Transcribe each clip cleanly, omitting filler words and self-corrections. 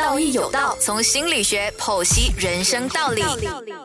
道义有道，从心理学剖析人生道理。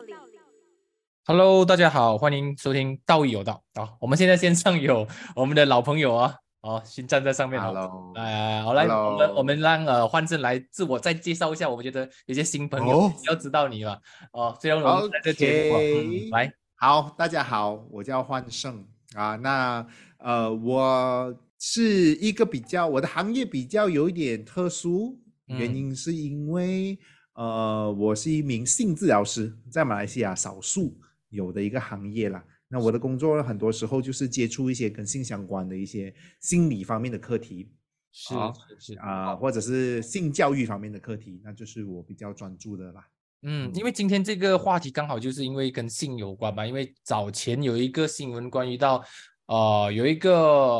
Hello，大家好，欢迎收听道义有道啊。我们现在线上有我们的老朋友啊，新站在上面哦。好来，我们让焕正来自我再介绍一下。我们觉得有些新朋友要知道你嘛。虽然我们在这节目来。 好，大家好，我叫焕胜啊。我是一个我的行业比较有一点特殊，原因是因为我是一名性治疗师，在马来西亚少数有的一个行业啦。那我的工作很多时候就是接触一些跟性相关的一些心理方面的课题，或者是性教育方面的课题，那就是我比较专注的啦。 因为今天这个话题刚好就是因为跟性有关嘛，因为早前有一个新闻关于到有一个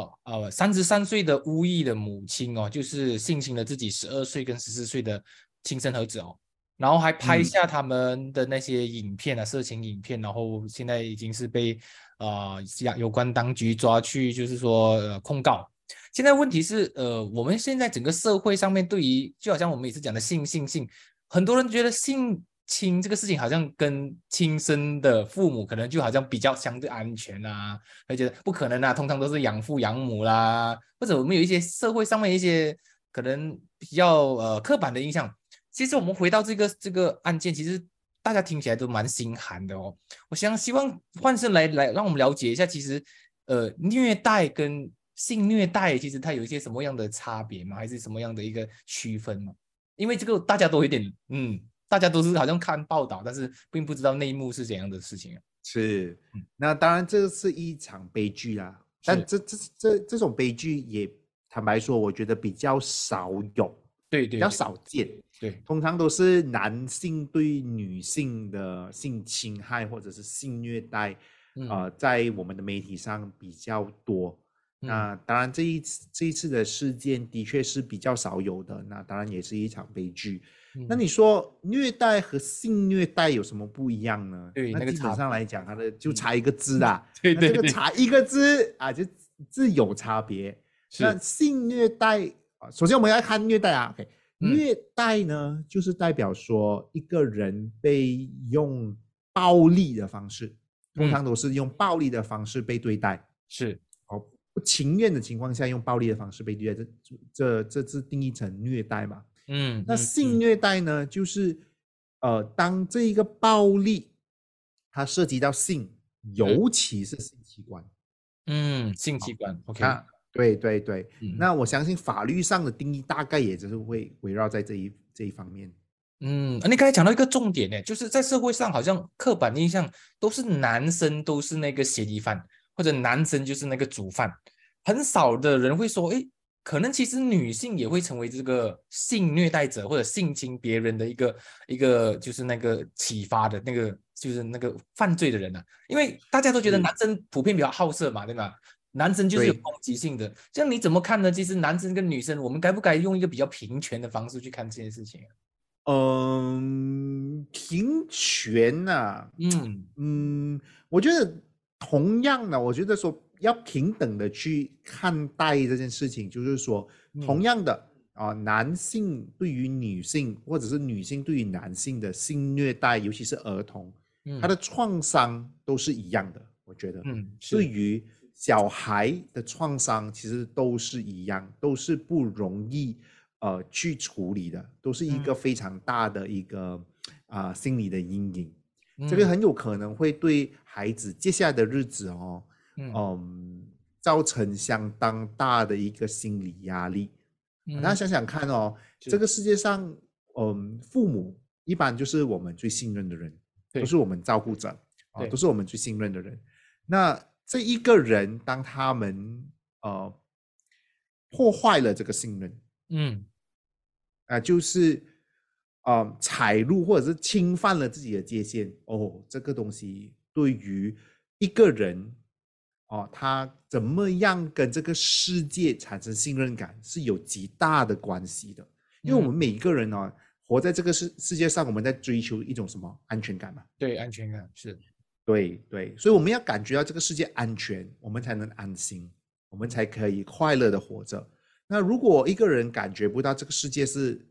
33岁的巫裔的母亲就是性侵了自己12岁跟14岁的亲生儿子然后还拍下他们的那些影片色情影片，然后现在已经是被有关当局抓去，就是说控告。现在问题是我们现在整个社会上面对于就好像我们也是讲的性，很多人觉得性侵这个事情好像跟亲生的父母可能就好像比较相对安全啊，会觉得不可能啊，通常都是养父养母啦，或者我们有一些社会上面一些可能比较刻板的印象。其实我们回到这个案件，其实大家听起来都蛮心寒的哦。我希望焕胜来让我们了解一下，其实虐待跟性虐待其实它有一些什么样的差别吗？还是什么样的一个区分吗？因为这个大家都有点大家都是好像看报道，但是并不知道内幕是怎样的事情是，那当然这是一场悲剧啦，但这种悲剧也坦白说，我觉得比较少有， 对， 比较少见。 对， 通常都是男性对女性的性侵害或者是性虐待，在我们的媒体上比较多。那当然这一次的事件的确是比较少有的，那当然也是一场悲剧。那你说虐待和性虐待有什么不一样呢？ 对， 那基本上来讲，它的就差一个字啦。 对， 那这个差一个字就字有差别。那性虐待首先我们要看虐待OK。虐待呢，就是代表说一个人被用暴力的方式，通常都是用暴力的方式被对待， 是不情愿的情况下用暴力的方式被对待，这是定义成虐待嘛。那性虐待呢，就是当这一个暴力它涉及到性，尤其是性器官， 性器官 OK。 对，那我相信法律上的定义大概也就是会围绕在这一方面。 你刚才讲到一个重点呢，就是在社会上好像刻板印象都是男生都是那个嫌疑犯，或者男生就是那个主犯，很少的人会说，可能其实女性也会成为这个性虐待者或者性侵别人的一个就是那个启发的那个就是那个犯罪的人因为大家都觉得男生普遍比较好色嘛，对吗？男生就是有攻击性的，这样你怎么看呢？其实男生跟女生，我们该不该用一个比较平权的方式去看这件事情平权我觉得同样的，我觉得说要平等的去看待这件事情，就是说同样的男性对于女性或者是女性对于男性的性虐待，尤其是儿童，他的创伤都是一样的，我觉得对于小孩的创伤其实都是一样，都是不容易去处理的，都是一个非常大的一个心理的阴影。这个很有可能会对孩子接下来的日子造成相当大的一个心理压力。大家想想看这个世界上父母一般就是我们最信任的人，都是我们照顾者都是我们最信任的人。那这一个人当他们破坏了这个信任就是踩入或者是侵犯了自己的界限这个东西对于一个人他怎么样跟这个世界产生信任感是有极大的关系的。因为我们每一个人活在这个世界上，我们在追求一种什么安全感嘛？ 对，安全感是。 对，所以我们要感觉到这个世界安全，我们才能安心，我们才可以快乐的活着。那如果一个人感觉不到这个世界是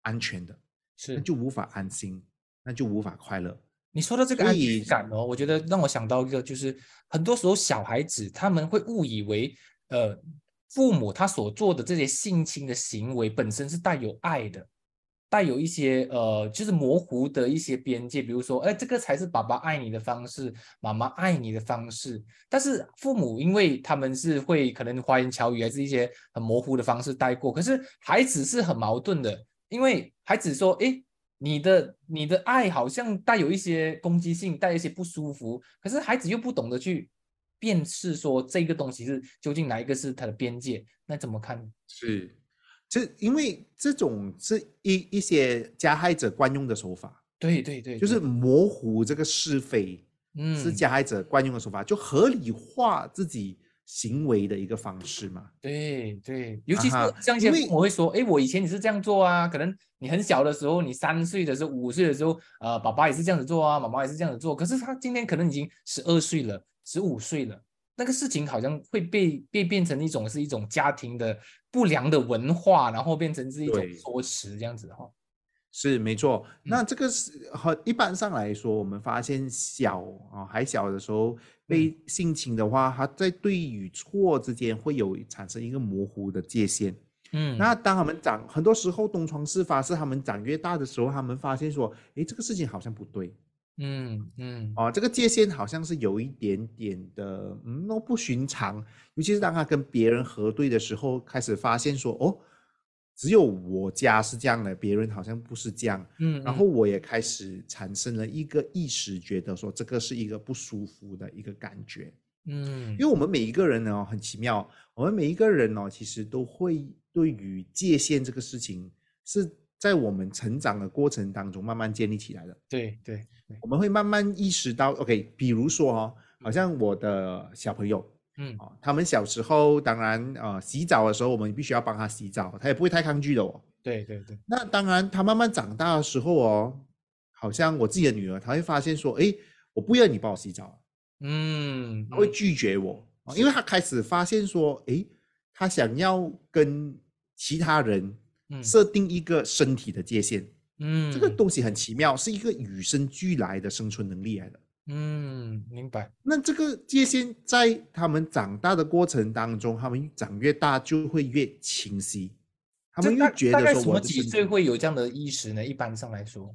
安全的，那是。 就无法安心，那就无法快乐。 你说的这个安全所以感哦，我觉得让我想到一个，就是很多时候小孩子他们会误以为，父母他所做的这些性侵的行为本身是带有爱的，带有一些就是模糊的一些边界，比如说，哎，这个才是爸爸爱你的方式，妈妈爱你的方式。但是父母因为他们是会可能花言巧语还是一些很模糊的方式带过，可是孩子是很矛盾的，因为孩子说，哎。你的爱好像带有一些攻击性，带有一些不舒服，可是孩子又不懂得去辨识说这个东西是究竟哪一个是他的边界，那怎么看？ 是，因为这种是一些加害者惯用的手法， 对对对， 就是模糊这个是非，是加害者惯用的手法，就合理化自己行为的一个方式嘛。 对对，尤其是像一些因为父母会说，哎，我以前也是这样做啊，可能你很小的时候，你3岁的时候、5岁的时候，爸爸也是这样子做啊，妈妈也是这样子做，可是他今天可能已经12岁了、15岁了，那个事情好像会被变成是一种家庭的不良的文化，然后变成是一种对说辞这样子哈。 是没错，那这个是一般上来说，我们发现还小的时候被性侵的话，他在对与错之间会产生一个模糊的界限。那当他们很多时候东窗事发是他们长越大的时候，他们发现说，诶，这个事情好像不对，这个界限好像是有一点点的不寻常，尤其是当他跟别人核对的时候，开始发现说，哦。只有我家是这样的，别人好像不是这样。然后我也开始产生了一个意识，觉得说这个是一个不舒服的一个感觉。因为我们每一个人呢，很奇妙，我们每一个人呢，其实都会对于界限这个事情，是在我们成长的过程当中慢慢建立起来的。 对对， 我们会慢慢意识到 ，OK， 比如说好像我的小朋友。他们小时候当然洗澡的时候我们必须要帮他洗澡，他也不会太抗拒的哦。 对对对。 那当然他慢慢长大的时候好像我自己的女儿，她会发现说，诶，我不要你帮我洗澡，她会拒绝我，因为她开始发现说，诶，她想要跟其他人设定一个身体的界限。这个东西很奇妙，是一个与生俱来的生存能力来的。 明白。 那这个界限在他们长大的过程当中，他们长越大就会越清晰，他们越觉得说大概什么几岁会有这样的意识呢？一般上来说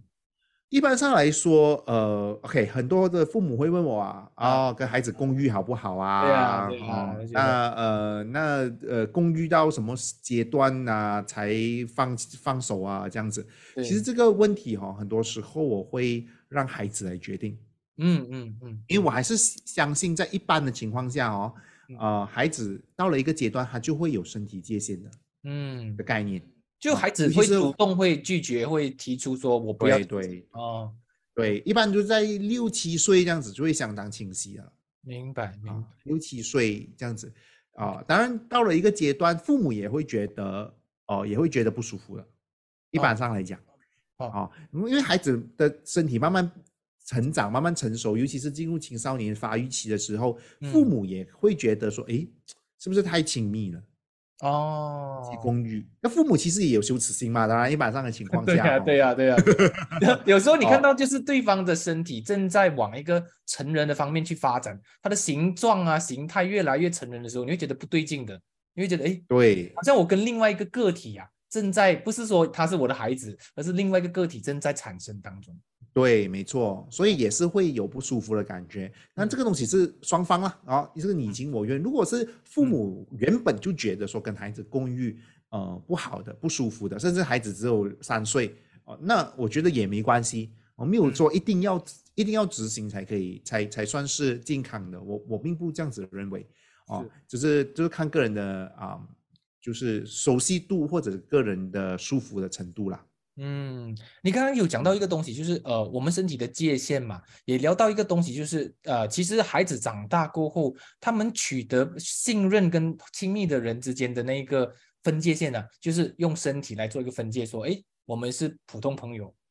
，OK， 很多的父母会问我跟孩子共浴好不好啊？ 对啊， 那共浴到什么阶段才放手这样子。其实这个问题很多时候我会让孩子来决定。因为我还是相信在一般的情况下孩子到了一个阶段，他就会有身体界限的概念。 就孩子会主动会拒绝，会提出说我不要。 对，一般就在6、7岁这样子就会相当清晰了。 明白 6、7岁这样子当然到了一个阶段，父母也会觉得不舒服了。一般上来讲因为孩子的身体慢慢成长，慢慢成熟，尤其是进入青少年发育期的时候，父母也会觉得说，诶，是不是太亲密了？公寓，那父母其实也有羞耻心嘛，当然一般上的情况下。 对呀。有时候你看到就是对方的身体正在往一个成人的方面去发展，他的形状形态越来越成人的时候，你会觉得不对劲的，你会觉得对， 好像我跟另外一个个体正在，不是说他是我的孩子，而是另外一个个体正在产生当中。 对，没错，所以也是会有不舒服的感觉。那这个东西是双方啦这个你情我愿。如果是父母原本就觉得说跟孩子共浴不好的、不舒服的，甚至孩子只有3岁那我觉得也没关系。我没有说一定要执行才可以才算是健康的。我并不这样子认为就是看个人的就是熟悉度或者个人的舒服的程度啦。 你刚刚有讲到一个东西，就是我们身体的界限嘛，也聊到一个东西，就是其实孩子长大过后，他们取得信任跟亲密的人之间的那一个分界线就是用身体来做一个分界，说，我们是普通朋友，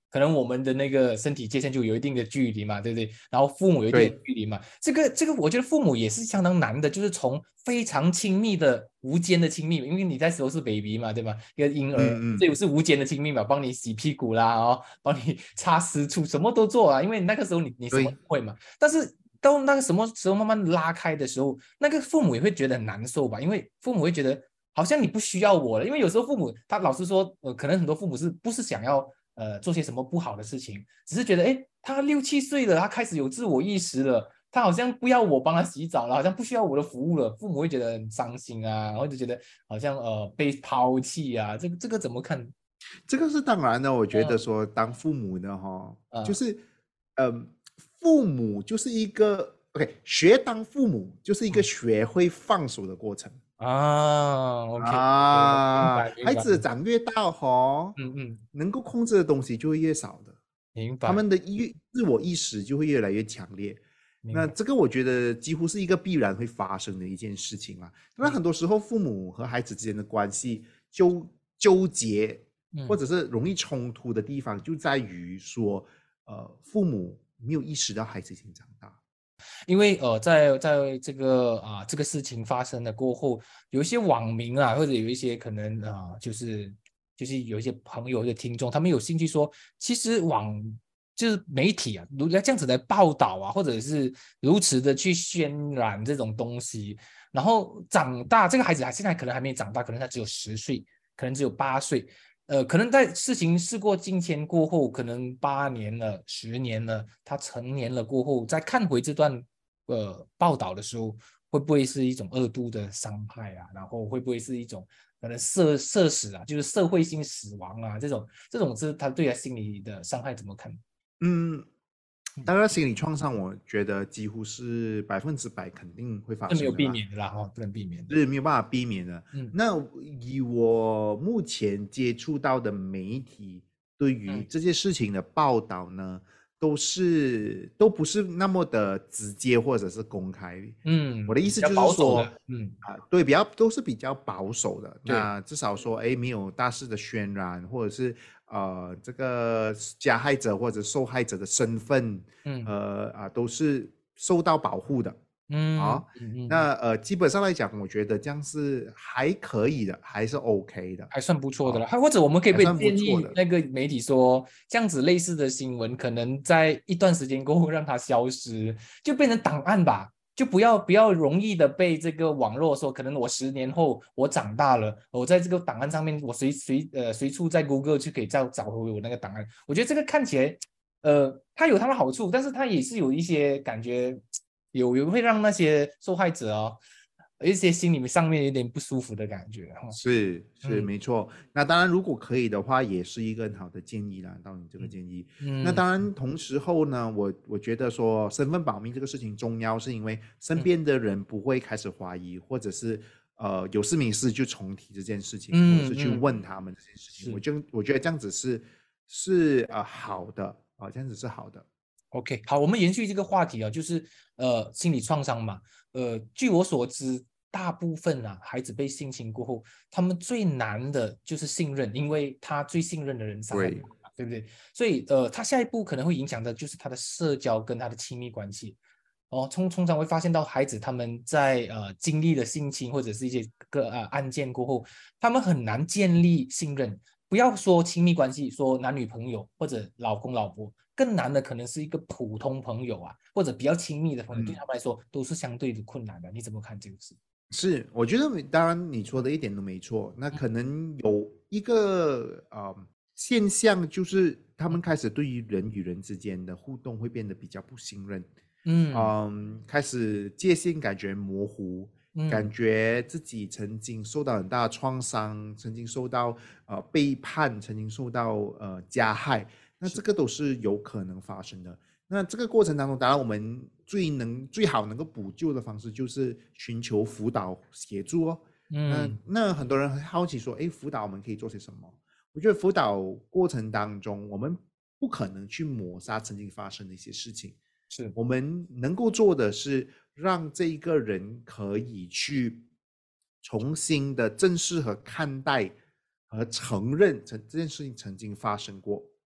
可能我们的那个身体界限就有一定的距离嘛，对不对？然后父母有一定的对， 距离嘛，这个我觉得父母也是相当难的，就是从非常亲密的无间的亲密，因为你在时候是 baby 嘛，对吗？一个婴儿， 嗯嗯， 这个是无间的亲密嘛，帮你洗屁股啦，哦，帮你擦私处，什么都做啊，因为那个时候你什么对， 都会嘛，但是到那个什么时候慢慢拉开的时候，那个父母也会觉得很难受吧，因为父母会觉得好像你不需要我了，因为有时候父母他老实说，可能很多父母不是想要做些什么不好的事情，只是觉得哎，他6、7岁了，他开始有自我意识了，他好像不要我帮他洗澡了，好像不需要我的服务了，父母会觉得很伤心啊，或者觉得好像被抛弃啊，这个怎么看？ 这个是当然的。我觉得嗯说当父母的哈，就嗯是，嗯，父母就是一个 OK，学当父母就是一个嗯学会放手的过程啊，OK，明啊。 白明孩子白明白， 长越大哈， 嗯嗯， 能够控制的东西就会越少的， 明白他们的自我意识就会越来越强烈。 明白， 那这个我觉得几乎是一个必然会发生的一件事情啦。当然， 嗯很多时候父母和孩子之间的关系纠结，或嗯。 者是容易冲突的地方，就在于说，父母没有意识到孩子已经长大。 因为在这个事情发生了过后，有一些网民啊，或者有一些可能就是有一些朋友或者听众，他们有兴趣说，其实就是媒体啊，如要这样子来报道啊，或者是如此的去渲染这种东西，然后长大，这个孩子现在可能还没长大，可能他只有10岁，可能只有8岁。可能在事情事过境迁过后，可能8年了、10年了，他成年了过后，再看回这段报道的时候，会不会是一种二度的伤害啊？然后会不会是一种可能社死啊，就是社会性死亡啊？这种是他对他心理的伤害怎么看？ 嗯， 嗯， 当然心理创伤，我觉得几乎是100%肯定会发这没有避生的啦。 免的啦，不能避免的。 是没有办法避免的。 嗯那以我目前接触到的媒体对于嗯这件事情的报道呢，都不是那么的直接或者是公开。我嗯，比较的意思就是说， 保守的， 对，都是比较保守的。 对， 那至少说，哎，没有大肆的渲染，或者是这个加害者或者受害者的身份， 嗯都是受到保护的。 嗯好， 嗯嗯嗯。 那基本上来讲，我觉得这样是还可以的，还是 OK 的， 还算不错的了， 好， 或者我们可以不可以还算不建错的。 议那个媒体说，这样子类似的新闻，可能在一段时间过后让它消失，就变成档案吧，就不要容易的被这个网络说，可能我10年后我长大了，我在这个档案上面，我随处在 Google 就可以找回我那个档案。我觉得这个看起来，它有它的好处，但是它也是有一些感觉，有会让那些受害者哦，有一些心里上面有点不舒服的感觉哈。 是嗯没错。那当然，如果可以的话，也是一个很好的建议啦。到你这个嗯建议，那嗯当然同时候呢，我觉得说身份保密这个事情重要，是因为身嗯边的人不会开始怀疑，或者是有事没事就重提这件事情，或者是去嗯， 问他们这件事情。 是我觉得这样子是好的啊，这样子是好的。 OK。好，我们延续这个话题啊，就是心理创伤嘛。据我所知，大部分啊孩子被性侵过后，他们最难的就是信任，因为他最信任的人伤害对， 他，对不对？所以他下一步可能会影响的就是他的社交跟他的亲密关系。哦，通常会发现到孩子他们在经历了性侵或者是一些案件过后，他们很难建立信任。不要说亲密关系，说男女朋友或者老公老婆，更难的可能是一个普通朋友啊，或者比较亲密的朋友，对嗯。 他们来说都是相对的困难的。你怎么看这个事？ 是，我觉得当然你说的一点都没错。那可能有一个现象，就是他们开始对于人与人之间的互动会变得比较不信任， 嗯开始界限感觉模糊，感嗯觉自己曾经受到很大的创伤，曾经受到背叛，曾经受到加害，那是这个都是有可能发生的。那这个过程当中，当然我们最好能够补救的方式就是寻求辅导协助哦。 嗯那很多人很好奇说，哎，辅导我们可以做些什么？我觉得辅导过程当中，我们不可能去抹杀曾经发生的一些事情， 是我们能够做的是让这一个人可以去重新的正视和看待和承认这件事情曾经发生过。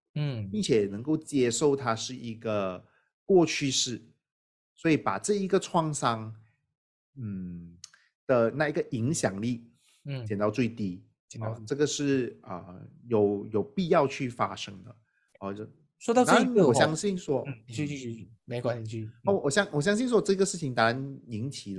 并且能够接受它是一个过去式，所以把这一个创伤，的那一个影响力，减到最低，这个是有必要去发生的， 说到这一个， 我相信说， 继续，没关系， 我相信说这个事情当然引起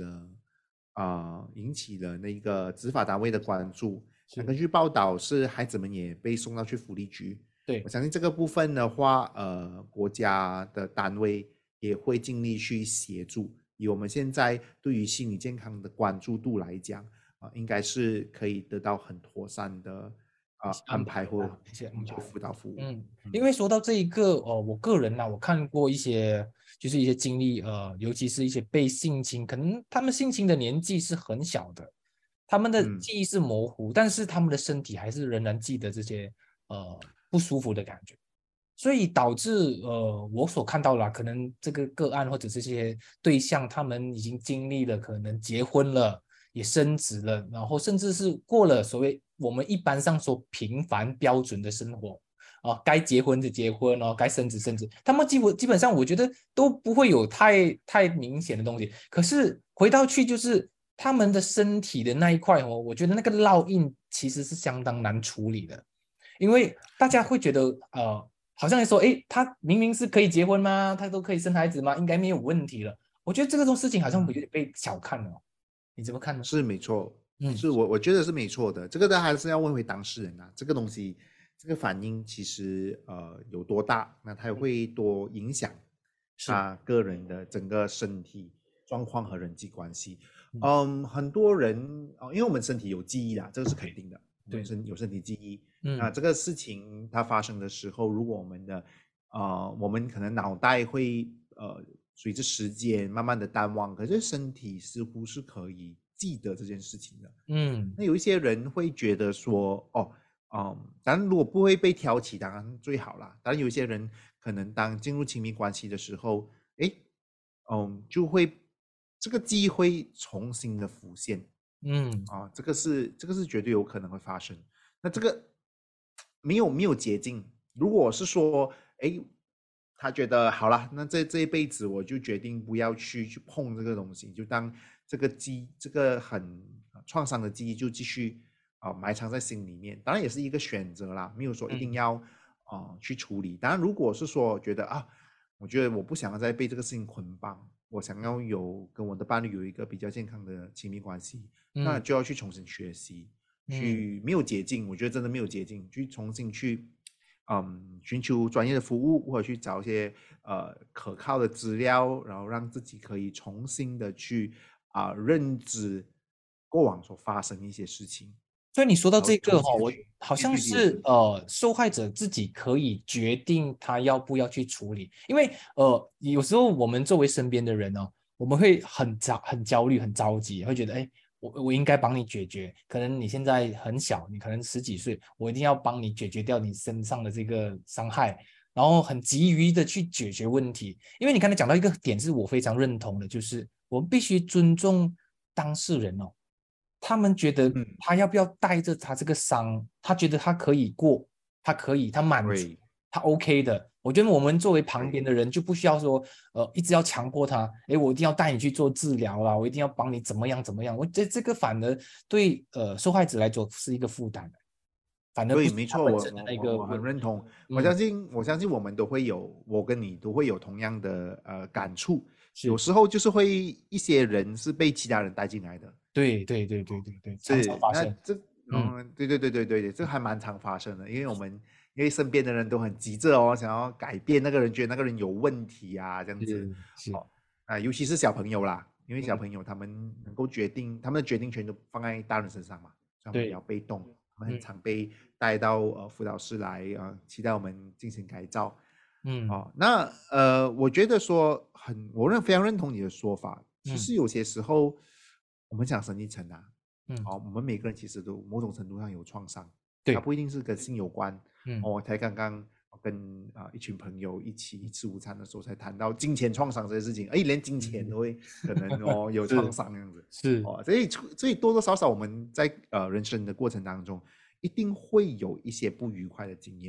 了那个执法单位的关注。根据报道，是孩子们也被送到去福利局。 对， 我相信这个部分的话，国家的单位也会尽力去协助。以我们现在对于心理健康的关注度来讲，应该是可以得到很妥善的安排或辅导服务。 因为说到这一个，我个人我看过一些，就是一些经历，尤其是一些被性侵，可能他们性侵的年纪是很小的，他们的记忆是模糊，但是他们的身体还是仍然记得这些不舒服的感觉，所以导致我所看到了，可能这个个案或者这些对象，他们已经经历了可能结婚了，也升职了，然后甚至是过了所谓我们一般上说平凡标准的生活该结婚就结婚该升职升职，他们基本上我觉得都不会有太明显的东西。可是回到去就是他们的身体的那一块我觉得那个烙印其实是相当难处理的。因为大家会觉得好像说他明明是可以结婚吗？他都可以生孩子吗？应该没有问题了。我觉得这种事情好像有点被小看了，你怎么看呢？ 是没错，是我觉得是没错的。这个还是要问回当事人这个东西，这个反应其实有多大，那它会多影响他个人的整个身体状况和人际关系。很多人因为我们身体有记忆啦，这个是肯定的。对，有身体记忆。那这个事情它发生的时候，如果我们可能脑袋会随着时间慢慢的淡忘，可是身体似乎是可以记得这件事情的。那有一些人会觉得说当然如果不会被挑起当然最好啦。当然有一些人可能当进入亲密关系的时候就会这个记忆会重新的浮现。这个是绝对有可能会发生。那这个没有捷径。如果是说他觉得好了，那这一辈子我就决定不要去碰这个东西，就当这个很创伤的记忆就继续埋藏在心里面，当然也是一个选择啦，没有说一定要去处理。当然如果是说觉得我觉得我不想要再被这个事情捆绑，我想要跟我的伴侣有一个比较健康的亲密关系，那就要去重新学习，没有捷径，我觉得真的没有捷径，去重新去寻求专业的服务，或者去找一些可靠的资料，然后让自己可以重新的去认知过往所发生的一些事情。 所以你说到这个我好像是受害者自己可以决定他要不要去处理。因为有时候我们作为身边的人我们会很焦虑很着急，会觉得我应该帮你解决，可能你现在很小，你可能10几岁，我一定要帮你解决掉你身上的这个伤害，然后很急于的去解决问题。因为你刚才讲到一个点是我非常认同的，就是我们必须尊重当事人他们觉得他要不要带着他这个伤，他觉得他可以过，他可以，他满足，他 OK 的。我觉得我们作为旁边的人就不需要说一直要强迫他，我一定要带你去做治疗啦，我一定要帮你怎么样怎么样。我觉得这个反而对受害者来说是一个负担，反而不是他本身的那个。 我很认同。我相信我们都会有，我跟你都会有同样的感触。有时候就是会一些人是被其他人带进来的。 对，常常发生。 对，这还蛮常发生的。因为身边的人都很急着想要改变那个人，觉得那个人有问题这样子。尤其是小朋友啦，因为小朋友他们能够决定，他们的决定权都放在大人身上嘛，所以他们比较被动，他们很常被带到辅导室来期待我们进行改造。那我觉得说我非常认同你的说法。其实有些时候我们讲深一层我们每个人其实都某种程度上有创伤，它不一定是跟性有关。我才刚刚跟一群朋友一起吃午餐的时候才谈到金钱创伤这些事情，连金钱都会可能有创伤这样子。所以多多少少我们在人生的过程当中一定会有一些不愉快的经验。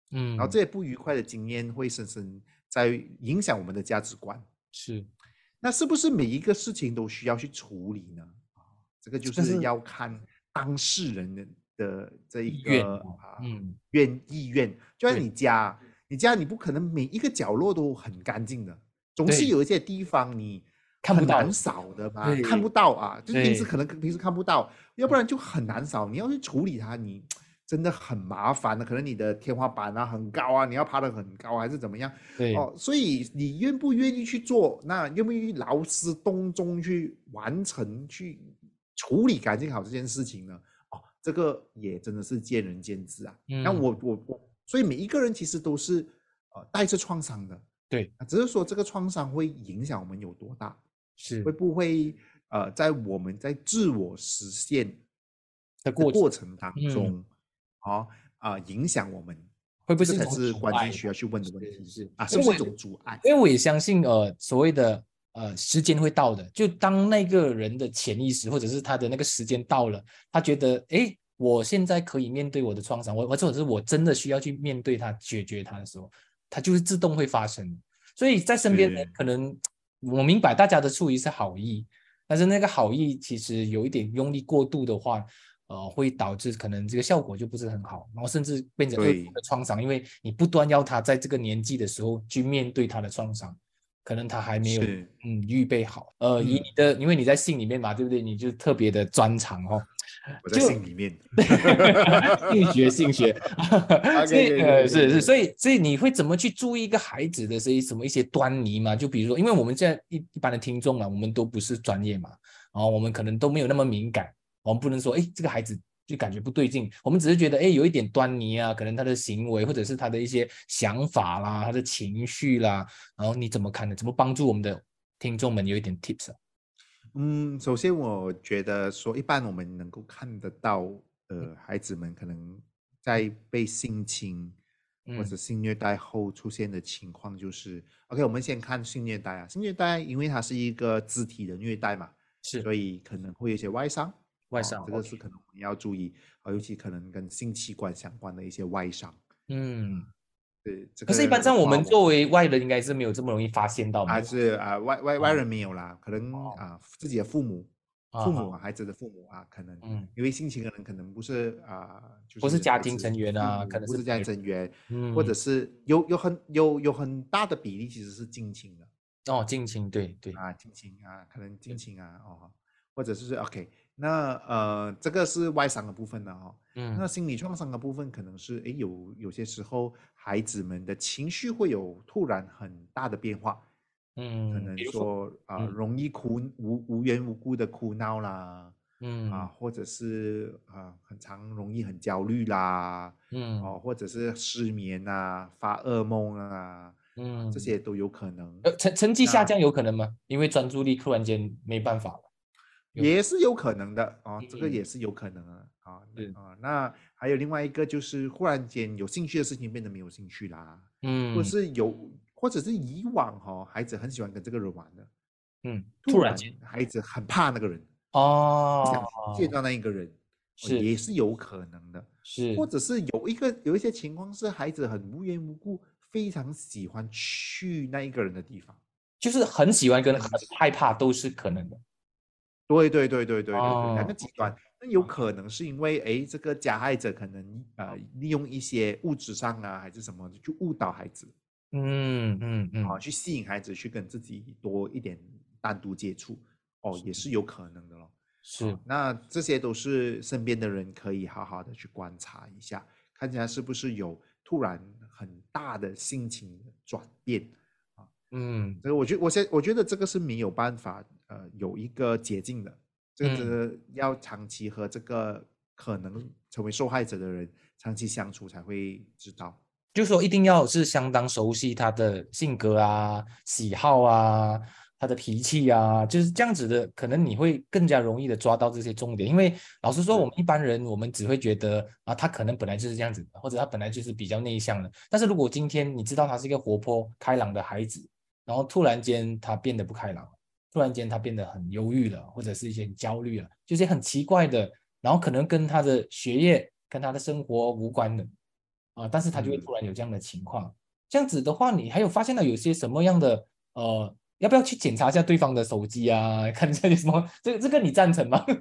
然后这些不愉快的经验会深深在影响我们的价值观。 是， 那是不是每一个事情都需要去处理呢？这个就是要看当事人的这一个意愿。就像你家你不可能每一个角落都很干净的，总是有一些地方你很难扫的吧，看不到啊，就是平时看不到，要不然就很难扫。你要去处理它，你真的很麻烦的。可能你的天花板啊很高啊，你要爬得很高还是怎么样？所以你愿不愿意去做？那愿不愿意劳师动众去完成、去处理干净好这件事情呢？这个也真的是见仁见智啊。那所以每一个人其实都是带着创伤的。 对， 只是说这个创伤会影响我们有多大， 是会不会在我们在自我实现的过程当中，影响我们， 会不会是这才是关键需要去问的问题？是不是一种阻碍？ 因为我也相信所谓的时间会到的，就当那个人的潜意识或者是他的那个时间到了，他觉得我现在可以面对我的创伤，或者是我真的需要去面对它、解决它的时候，它就是自动会发生。所以在身边可能我明白大家的出于是好意，但是那个好意其实有一点用力过度的话，会导致可能这个效果就不是很好，然后甚至变成恶性的创伤，因为你不断要他在这个年纪的时候去面对他的创伤，可能他还没有预备好。因为你在信里面嘛，对不对？你就特别的专长哦。 我在信里面， 性学所以你会怎么去注意一个孩子的一些端倪嘛？就比如说，因为我们现在一般的听众嘛，我们都不是专业嘛，然后我们可能都没有那么敏感，我们不能说这个孩子就感觉不对劲，我们只是觉得有一点端倪啊，可能他的行为或者是他的一些想法啦，他的情绪啦，然后你怎么看呢？怎么帮助我们的听众们有一点 tips 啊？ 首先我觉得说，一般我们能够看得到孩子们可能在被性侵或者性虐待后出现的情况，就是OK，我们先看性虐待啊。性虐待因为它是一个肢体的虐待嘛，所以可能会有一些外伤，这个是可能我们要注意，尤其可能跟性器官相关的一些外伤。对， 可是一般上我们作为外人应该是没有这么容易发现到， 还是外人没有啦，可能自己的父母孩子的父母可能因为性侵的人可能不是不是家庭成员啊，可能不是家庭成员，或者是有很大的比例其实是近亲的。 近亲，对近亲可能近亲或者是 OK。那这个是外伤的部分呢那心理创伤的部分可能是有些时候孩子们的情绪会有突然很大的变化，可能说容易无缘无故的哭闹啦，或者是很常容易很焦虑啦，或者是失眠啊，发噩梦啊，这些都有可能。 成绩下降有可能吗？因为专注力突然间没办法了。 也是有可能的这个也是有可能的那还有另外一个就是忽然间有兴趣的事情变得没有兴趣啦，或者是以往孩子很喜欢跟这个人玩的，突然间孩子很怕那个人不想见到那一个人，也是有可能的，或者是有一些情况是孩子很无缘无故非常喜欢去那一个人的地方， 就是很喜欢跟很害怕都是可能的。 对，两个极端。那有可能是因为这个加害者可能利用一些物质上还是什么去误导孩子，去吸引孩子去跟自己多一点单独接触，也是有可能的咯。 是， 那这些都是身边的人可以好好的去观察一下，看起来是不是有突然很大的心情的转变。这个我觉得这个是没有办法有一个捷径的，这个真的要长期和这个可能成为受害者的人长期相处才会知道。 就是说一定要是相当熟悉他的性格啊、喜好啊、他的脾气啊，就是这样子的，可能你会更加容易的抓到这些重点。因为老实说，我们一般人我们只会觉得他可能本来就是这样子的，或者他本来就是比较内向的。但是如果今天你知道他是一个活泼开朗的孩子，然后突然间他变得不开朗了，突然间他变得很忧郁了，或者是一些焦虑了，就是很奇怪的，然后可能跟他的学业跟他的生活无关的但是他就会突然有这样的情况。这样子的话，你还有发现到有些什么样的要不要去检查一下对方的手机啊？看一下有什么，这个你赞成吗？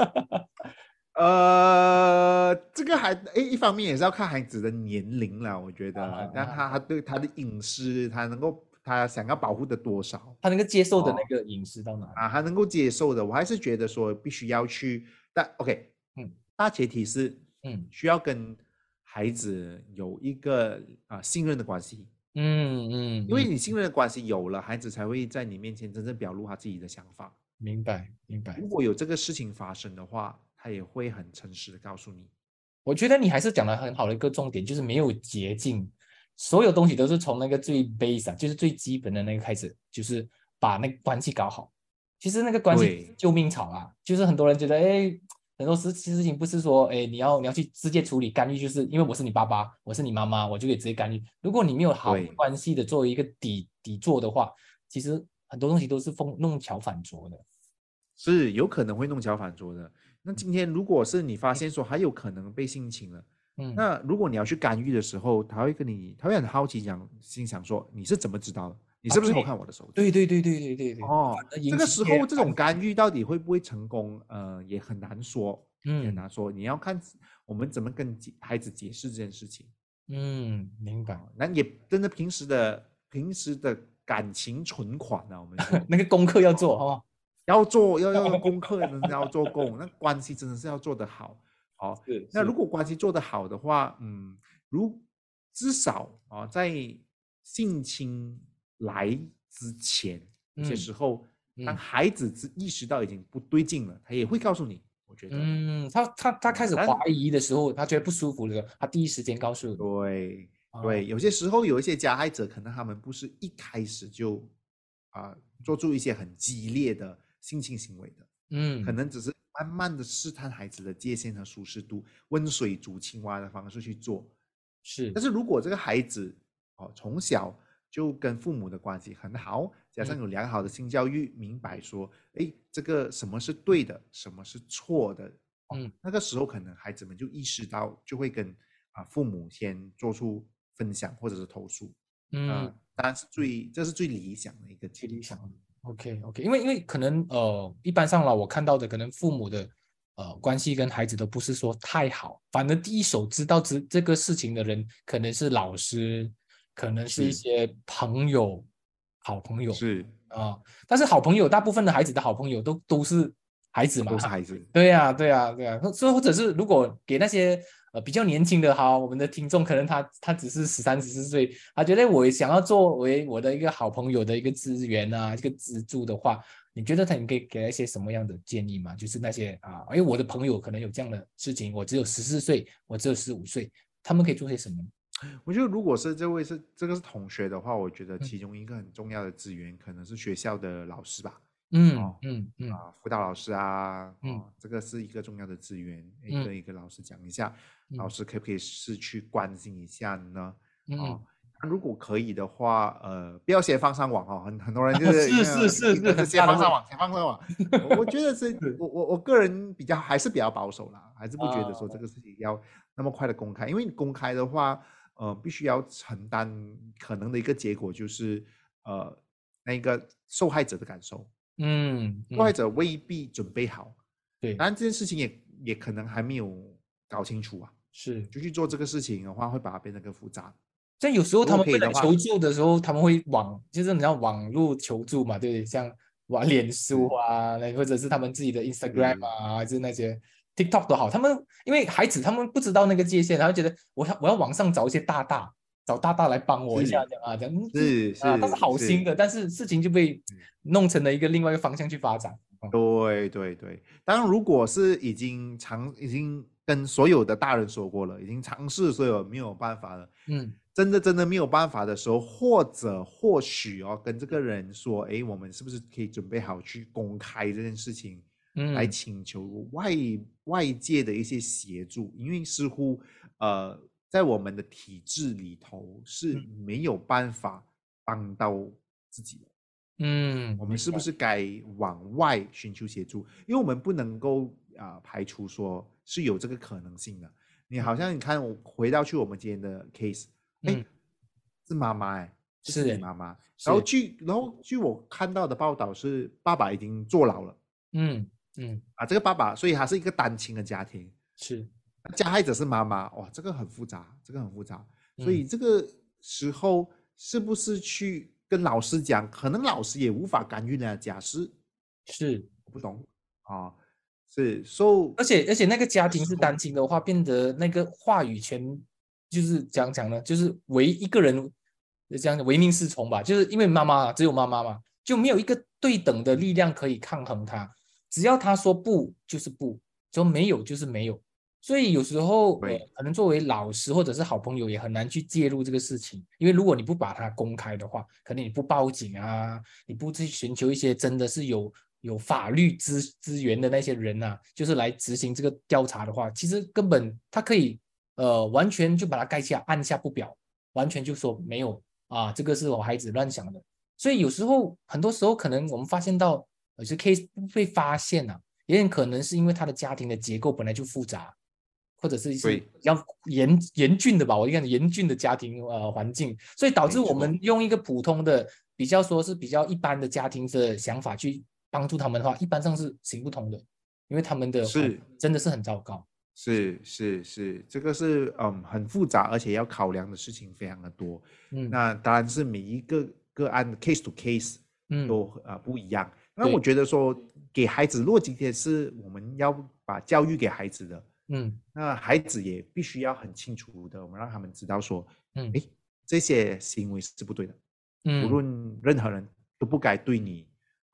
这个一方面也是要看孩子的年龄啦，我觉得，让他对他的隐私，他想要保护的多少， 他能够接受的那个隐私到哪里？ 他能够接受的，我还是觉得说必须要去，但 OK，大前提是，需要跟孩子有一个信任的关系，因为你信任的关系有了，孩子才会在你面前真正表露他自己的想法。 明白。 如果有这个事情发生的话，他也会很诚实的告诉你。 我觉得你还是讲了很好的一个重点，就是没有捷径，所有东西都是从那个最 base 就是最基本的那个开始，就是把那个关系搞好。其实那个关系救命草啊，就是很多人觉得，很多事情不是说，你要去直接处理干预，就是因为我是你爸爸，我是你妈妈，我就可以直接干预。如果你没有好关系的作为一个底座的话，其实很多东西都是弄巧反拙的。 是有可能会弄巧反拙的。那今天如果是你发现说还有可能被性侵了，那如果你要去干预的时候，他会很好奇心想说你是怎么知道的？你是不是偷看我的手机？ 对。 这个时候这种干预到底会不会成功？也很难说，也很难说。你要看我们怎么跟孩子解释这件事情。 明白。 那也真的平时的感情存款啊，我们说那个功课要做要做功课，真的要做工，那关系真的是要做得好。那如果关系做得好的话，至少在性侵来之前，有些时候，当孩子意识到已经不对劲了，他也会告诉你。我觉得， 他开始怀疑的时候，他觉得不舒服的时候，他第一时间告诉你。 对，有些时候有一些加害者，可能他们不是一开始就做出一些很激烈的性侵行为的，可能只是慢慢的试探孩子的界限和舒适度，温水煮青蛙的方式去做。但是如果这个孩子从小就跟父母的关系很好，加上有良好的性教育，明白说，这个什么是对的，什么是错的，那个时候可能孩子们就意识到，就会跟父母先做出分享或者是投诉。当然这是最理想的一个情况。 OK， 因为可能一般上了，我看到的可能父母的关系跟孩子都不是说太好，反而第一手知道这个事情的人可能是老师，可能是一些朋友，好朋友但是好朋友大部分的孩子的好朋友都是孩子嘛， 都是孩子。 对呀，所以或者是如果给那些比较年轻的我们的听众，可能他只是13、14岁，他觉得我想要作为我的一个好朋友的一个资源啊，一个资助的话，你觉得你可以给一些什么样的建议吗？就是那些因为我的朋友可能有这样的事情，我只有14岁，我只有15岁，他们可以做些什么？ 我觉得如果是这个是同学的话，我觉得其中一个很重要的资源可能是学校的老师吧。辅导老师这个是一个重要的资源，跟一个老师讲一下，老师可不可以是去关心一下呢？如果可以的话，不要先放上网很多人就是先放上网，我觉得是我个人还是比较保守啦，还是不觉得说这个事情要那么快的公开，因为你公开的话，必须要承担可能的一个结果，就是那个受害者的感受。受害者未必准备好， 对， 当然这件事情也可能还没有搞清楚就去做这个事情的话，会把它变得更复杂。 像有时候他们为了求助的时候，他们会就是你知道网络求助嘛，对不对？像脸书或者是他们自己的 Instagram 还是那些 TikTok 都好，他们因为孩子他们不知道那个界限，他会觉得我要网上找一些找大大来帮我一下，这样他是好心的，但是事情就被弄成了另外一个方向去发展。 对，当然如果是已经跟所有的大人说过了，已经尝试所有没有办法了，真的没有办法的时候，或许跟这个人说，我们是不是可以准备好去公开这件事情，来请求外界的一些协助，因为似乎在我们的体制里头是没有办法帮到自己的。我们是不是该往外寻求协助？因为我们不能够排除说是有这个可能性的。 你好像你看我回到去我们今天的 case，是妈妈是你妈妈，然后据我看到的报道是爸爸已经坐牢了，这个爸爸，所以他是一个单亲的家庭， 是加害者是妈妈，哇，这个很复杂，所以这个时候是不是去跟老师讲，可能老师也无法干预那家事， 是我不懂啊，是而且那个家庭是单亲的话，变得那个话语权就是讲呢，就是唯一个人这样唯命是从吧，就是因为只有妈妈嘛，就没有一个对等的力量可以抗衡他，只要他说不就是不，就没有就是没有。所以有时候可能作为老师或者是好朋友也很难去介入这个事情，因为如果你不把它公开的话，可能你不报警啊，你不去寻求一些真的是有法律资源的那些人啊，就是来执行这个调查的话，其实根本他可以完全就把它盖下，按下不表，完全就说没有啊，这个是我孩子乱想的。所以很多时候可能我们发现到有些 case 不被发现啊，也很可能是因为他的家庭的结构本来就复杂。或者是比较严峻的吧，我看严峻的家庭环境，所以导致我们用一个普通的比较一般的家庭的想法去帮助他们的话，一般上是行不通的，因为他们的真的是很糟糕。 是，这个是很复杂，而且要考量的事情非常的多。那当然是每一个个案 case to case 都不一样。那我觉得说给孩子，如果今天是我们要把教育给孩子的。那孩子也必须要很清楚的，我们让他们知道说，这些行为是不对的，无论任何人都不该对你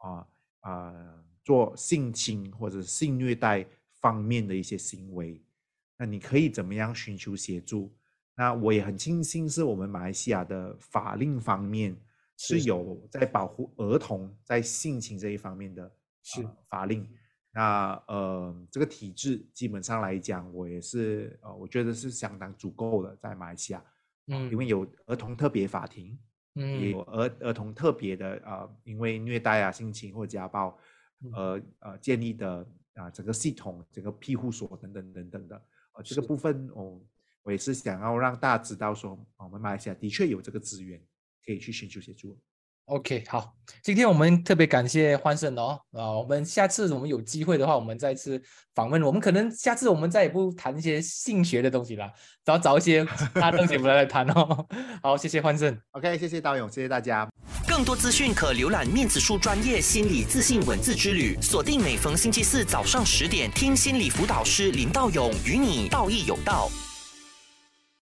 做性侵或者性虐待方面的一些行为。那你可以怎么样寻求协助？那我也很庆幸是我们马来西亚的法令方面是有在保护儿童在性侵这一方面的法令。那这个体制基本上来讲，我也是我觉得是相当足够的，在马来西亚，因为有儿童特别法庭，也有儿童特别的因为虐待啊、性侵或家暴建立的整个系统、整个庇护所等等的这个部分我也是想要让大家知道说，我们马来西亚的确有这个资源可以去寻求协助。 OK， 好，今天我们特别感谢焕胜我们下次我们有机会的话，我们再次访问。我们可能下次我们再也不谈一些性学的东西了，找一些其他东西我们来谈好，谢谢焕胜。 OK， 谢谢道勇，谢谢大家。 更多资讯可浏览面子书专业心理自信文字之旅，锁定每逢星期四早上10点，听心理辅导师林道勇与你道义有道。